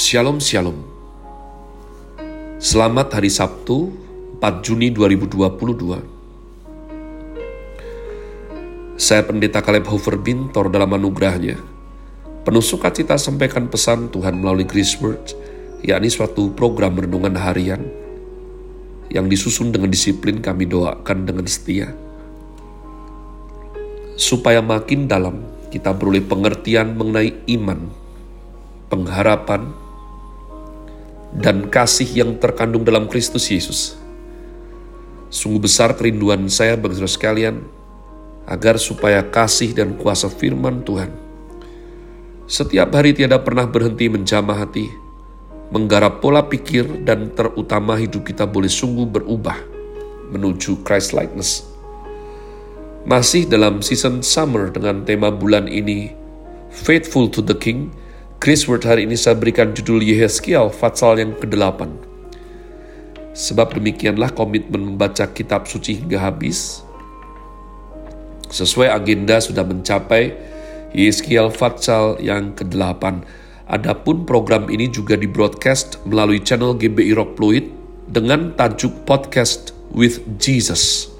Shalom Shalom. Selamat hari Sabtu 4 Juni 2022. Saya Pendeta Caleb Hofer Bintor dalam anugerahnya penuh sukacita sampaikan pesan Tuhan melalui Grace Word, yakni suatu program renungan harian yang disusun dengan disiplin. Kami doakan dengan setia supaya makin dalam kita beroleh pengertian mengenai iman, pengharapan, dan kasih yang terkandung dalam Kristus Yesus. Sungguh besar kerinduan saya bagi saudara sekalian, agar supaya kasih dan kuasa firman Tuhan setiap hari tiada pernah berhenti menjamah hati, menggarap pola pikir, dan terutama hidup kita boleh sungguh berubah menuju Christ likeness. Masih dalam season summer dengan tema bulan ini, Faithful to the King, Grace Word hari ini saya berikan judul Yehezkiel Pasal yang ke-8. Sebab demikianlah komitmen membaca kitab suci hingga habis. Sesuai agenda sudah mencapai Yehezkiel Pasal yang ke-8. Adapun program ini juga di-broadcast melalui channel GBI Rock Fluid dengan tajuk Podcast with Jesus.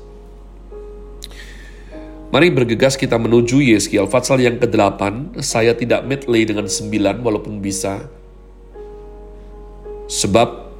Mari bergegas kita menuju Yehezkiel Pasal yang ke-8. Saya tidak medley dengan 9 walaupun bisa. Sebab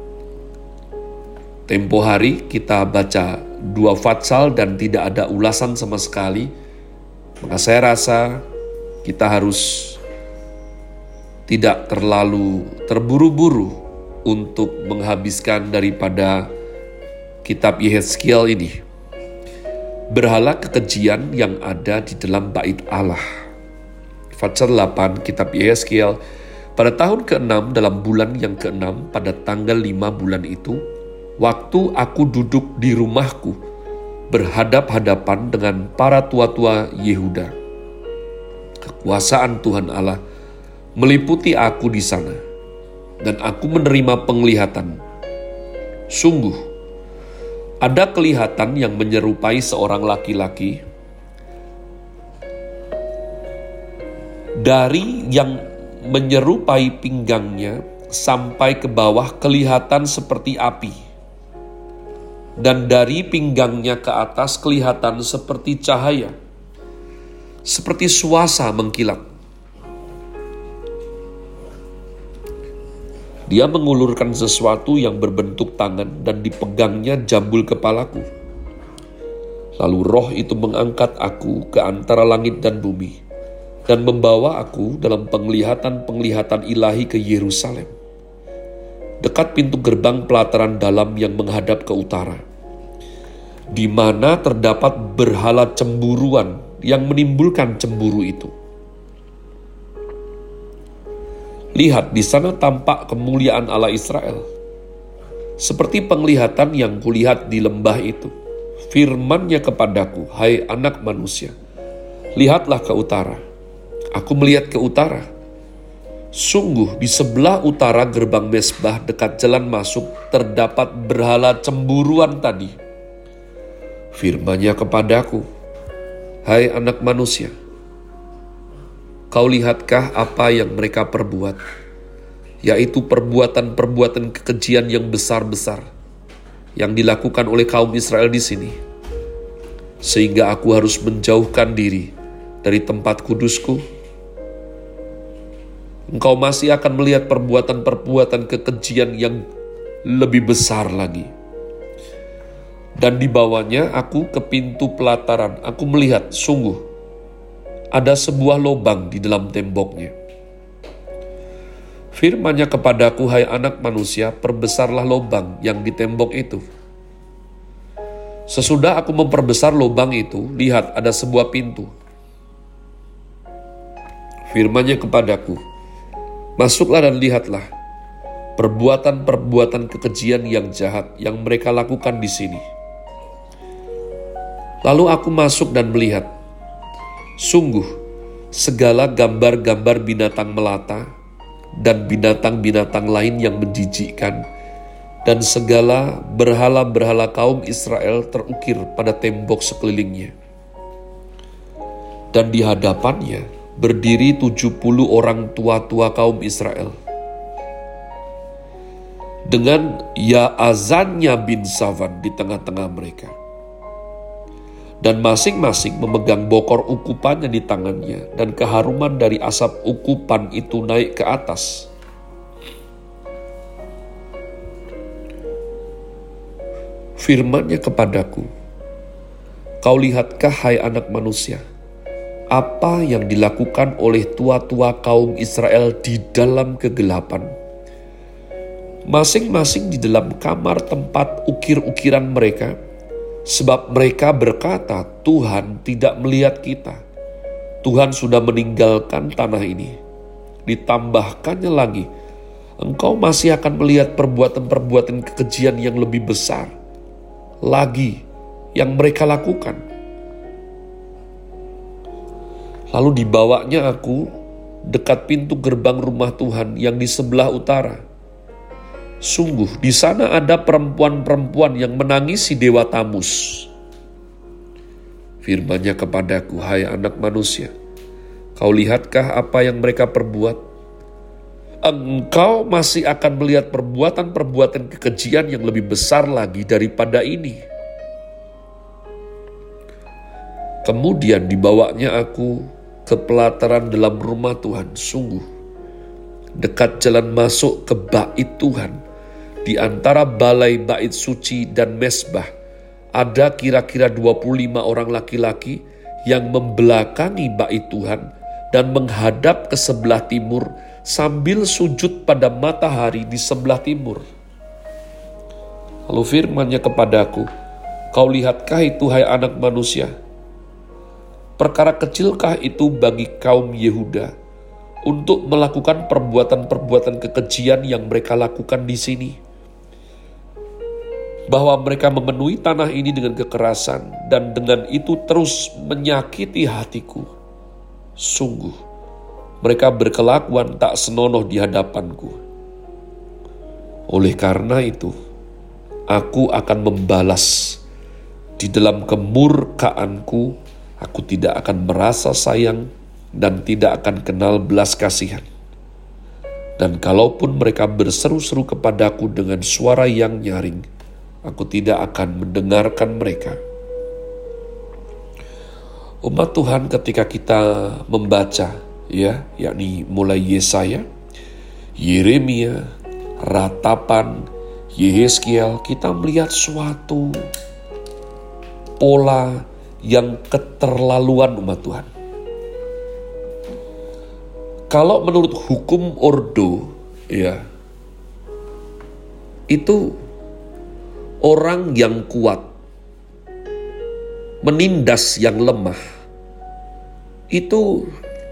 tempo hari kita baca 2 Pasal dan tidak ada ulasan sama sekali. Maka saya rasa kita harus tidak terlalu terburu-buru untuk menghabiskan daripada kitab Yehezkiel ini. Berhala kekejian yang ada di dalam bait Allah. Pasal 8 kitab Yehezkiel. Pada tahun ke-6 dalam bulan yang ke-6 pada tanggal 5 bulan itu, waktu aku duduk di rumahku berhadap-hadapan dengan para tua-tua Yehuda, kekuasaan Tuhan Allah meliputi aku di sana, dan aku menerima penglihatan. Sungguh, ada kelihatan yang menyerupai seorang laki-laki. Dari yang menyerupai pinggangnya sampai ke bawah kelihatan seperti api. Dan dari pinggangnya ke atas kelihatan seperti cahaya, seperti suasa mengkilat. Dia mengulurkan sesuatu yang berbentuk tangan dan dipegangnya jambul kepalaku. Lalu roh itu mengangkat aku ke antara langit dan bumi dan membawa aku dalam penglihatan-penglihatan ilahi ke Yerusalem, dekat pintu gerbang pelataran dalam yang menghadap ke utara, di mana terdapat berhala cemburuan yang menimbulkan cemburu itu. Lihat, di sana tampak kemuliaan Allah Israel, seperti penglihatan yang kulihat di lembah itu. Firman-Nya kepadaku, hai anak manusia, lihatlah ke utara. Aku melihat ke utara. Sungguh di sebelah utara gerbang mesbah dekat jalan masuk terdapat berhala cemburuan tadi. Firman-Nya kepadaku, hai anak manusia, kau lihatkah apa yang mereka perbuat, yaitu perbuatan-perbuatan kekejian yang besar-besar yang dilakukan oleh kaum Israel di sini, sehingga aku harus menjauhkan diri dari tempat kudusku? Engkau masih akan melihat perbuatan-perbuatan kekejian yang lebih besar lagi. Dan dibawanya aku ke pintu pelataran, aku melihat sungguh ada sebuah lubang di dalam temboknya. Firman-Nya kepadaku, hai anak manusia, perbesarlah lubang yang di tembok itu. Sesudah aku memperbesar lubang itu, lihat ada sebuah pintu. Firman-Nya kepadaku, masuklah dan lihatlah perbuatan-perbuatan kekejian yang jahat yang mereka lakukan di sini. Lalu aku masuk dan melihat. Sungguh, segala gambar-gambar binatang melata dan binatang-binatang lain yang menjijikkan dan segala berhala-berhala kaum Israel terukir pada tembok sekelilingnya. Dan di hadapannya berdiri 70 orang tua-tua kaum Israel dengan Yaazania bin Safan di tengah-tengah mereka. Dan masing-masing memegang bokor ukupannya di tangannya, dan keharuman dari asap ukupan itu naik ke atas. Firman-Nya kepadaku, kau lihatkah hai anak manusia, apa yang dilakukan oleh tua-tua kaum Israel di dalam kegelapan? Masing-masing di dalam kamar tempat ukir-ukiran mereka, sebab mereka berkata, Tuhan tidak melihat kita. Tuhan sudah meninggalkan tanah ini. Ditambahkannya lagi, engkau masih akan melihat perbuatan-perbuatan kekejian yang lebih besar lagi yang mereka lakukan. Lalu dibawanya aku dekat pintu gerbang rumah Tuhan yang di sebelah utara. Sungguh, di sana ada perempuan-perempuan yang menangisi Dewa Tamus. Firman-Nya kepadaku, hai anak manusia, kau lihatkah apa yang mereka perbuat? Engkau masih akan melihat perbuatan-perbuatan kekejian yang lebih besar lagi daripada ini. Kemudian dibawanya aku ke pelataran dalam rumah Tuhan. Sungguh, dekat jalan masuk ke bait Tuhan, di antara balai bait suci dan mesbah, ada kira-kira 25 orang laki-laki yang membelakangi bait Tuhan dan menghadap ke sebelah timur sambil sujud pada matahari di sebelah timur. Lalu firman-Nya kepadaku, kau lihatkah itu hai anak manusia? Perkara kecilkah itu bagi kaum Yehuda untuk melakukan perbuatan-perbuatan kekejian yang mereka lakukan di sini? Bahwa mereka memenuhi tanah ini dengan kekerasan dan dengan itu terus menyakiti hatiku. Sungguh, mereka berkelakuan tak senonoh di hadapanku. Oleh karena itu, aku akan membalas. Di dalam kemurkaanku, aku tidak akan merasa sayang dan tidak akan kenal belas kasihan. Dan kalaupun mereka berseru-seru kepadaku dengan suara yang nyaring, aku tidak akan mendengarkan mereka. Umat Tuhan, ketika kita membaca, yakni mulai Yesaya, Yeremia, Ratapan, Yehezkiel, kita melihat suatu pola yang keterlaluan umat Tuhan. Kalau menurut hukum ordo, itu orang yang kuat menindas yang lemah, itu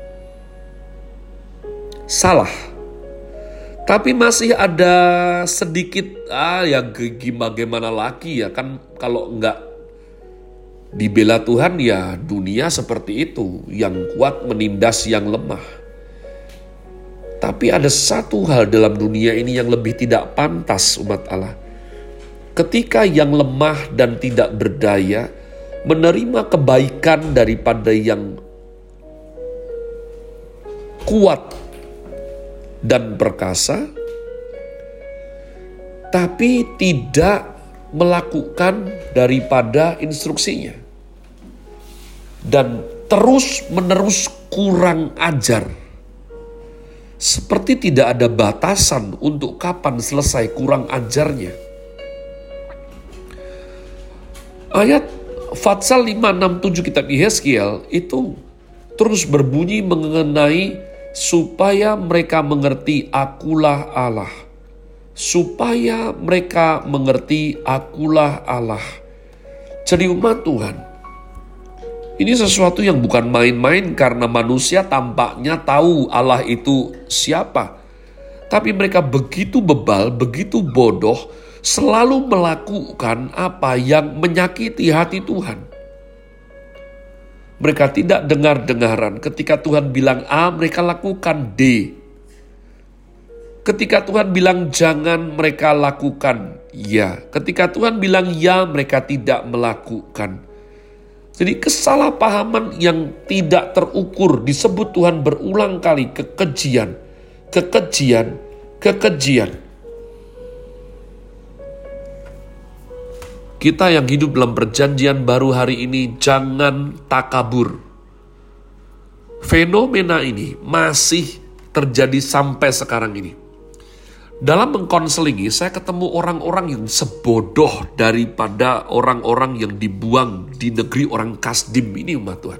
salah. Tapi masih ada sedikit, gimana lagi ya, kan kalau enggak dibela Tuhan ya dunia seperti itu, yang kuat menindas yang lemah. Tapi ada satu hal dalam dunia ini yang lebih tidak pantas umat Allah. Ketika yang lemah dan tidak berdaya menerima kebaikan daripada yang kuat dan perkasa, tapi tidak melakukan daripada instruksinya, dan terus-menerus kurang ajar, seperti tidak ada batasan untuk kapan selesai kurang ajarnya. Ayat Fatsal 567 kitab Yehezkiel itu terus berbunyi mengenai supaya mereka mengerti akulah Allah. Supaya mereka mengerti akulah Allah. Jadi umat Tuhan, ini sesuatu yang bukan main-main, karena manusia tampaknya tahu Allah itu siapa. Tapi mereka begitu bebal, begitu bodoh, selalu melakukan apa yang menyakiti hati Tuhan. Mereka tidak dengar-dengaran. Ketika Tuhan bilang A, mereka lakukan D. Ketika Tuhan bilang jangan, mereka lakukan ya. Ketika Tuhan bilang ya, mereka tidak melakukan. Jadi kesalahpahaman yang tidak terukur disebut Tuhan berulang kali kekejian. Kita yang hidup dalam perjanjian baru hari ini, jangan takabur. Fenomena ini masih terjadi sampai sekarang ini. Dalam mengkonselingi, saya ketemu orang-orang yang sebodoh daripada orang-orang yang dibuang di negeri orang Kasdim ini, umat Tuhan.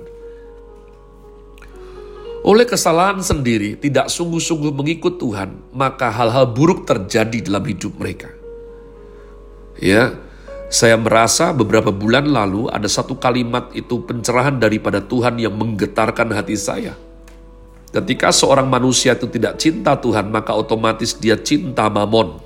Oleh kesalahan sendiri, tidak sungguh-sungguh mengikut Tuhan, maka hal-hal buruk terjadi dalam hidup mereka. Ya, saya merasa beberapa bulan lalu ada satu kalimat itu pencerahan daripada Tuhan yang menggetarkan hati saya. Ketika seorang manusia itu tidak cinta Tuhan, maka otomatis dia cinta mamon.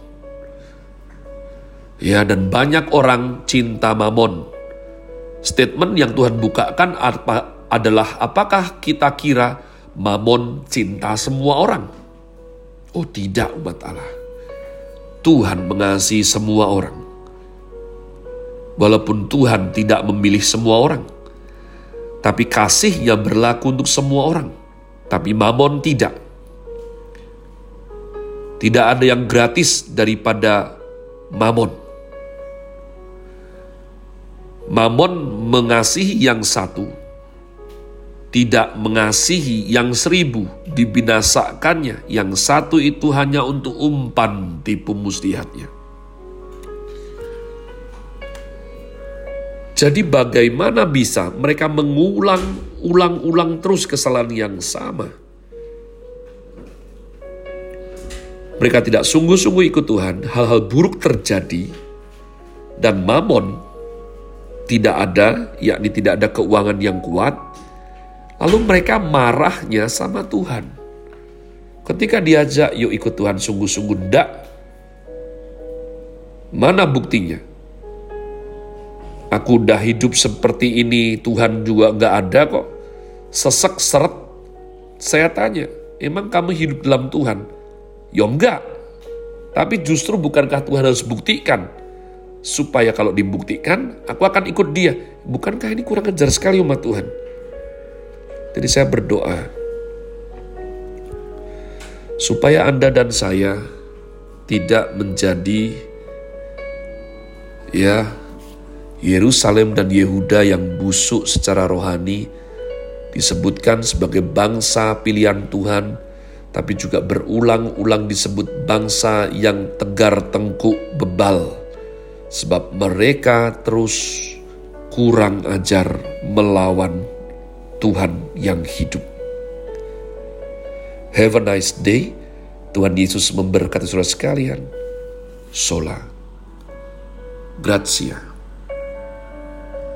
Ya, dan banyak orang cinta mamon. Statement yang Tuhan bukakan adalah, apakah kita kira mamon cinta semua orang? Oh tidak, umat Allah. Tuhan mengasihi semua orang. Walaupun Tuhan tidak memilih semua orang, tapi kasih-Nya berlaku untuk semua orang. Tapi mamon tidak. Tidak ada yang gratis daripada mamon. Mamon mengasihi yang satu, tidak mengasihi yang 1000, dibinasakannya. Yang satu itu hanya untuk umpan tipu muslihatnya. Jadi bagaimana bisa mereka mengulang-ulang terus kesalahan yang sama? Mereka tidak sungguh-sungguh ikut Tuhan, hal-hal buruk terjadi, dan mamon tidak ada, yakni tidak ada keuangan yang kuat. Lalu mereka marahnya sama Tuhan. Ketika diajak, yuk ikut Tuhan sungguh-sungguh, enggak. Mana buktinya? Aku udah hidup seperti ini, Tuhan juga gak ada kok. Sesek seret. Saya tanya, emang kamu hidup dalam Tuhan? Ya enggak. Tapi justru bukankah Tuhan harus buktikan? Supaya kalau dibuktikan, aku akan ikut Dia. Bukankah ini kurang ajar sekali umat Tuhan? Jadi saya berdoa, supaya Anda dan saya tidak menjadi Yerusalem dan Yehuda yang busuk secara rohani, disebutkan sebagai bangsa pilihan Tuhan, tapi juga berulang-ulang disebut bangsa yang tegar tengkuk bebal, sebab mereka terus kurang ajar melawan Tuhan yang hidup. Have a nice day. Tuhan Yesus memberkati saudara sekalian. Sola Gratia.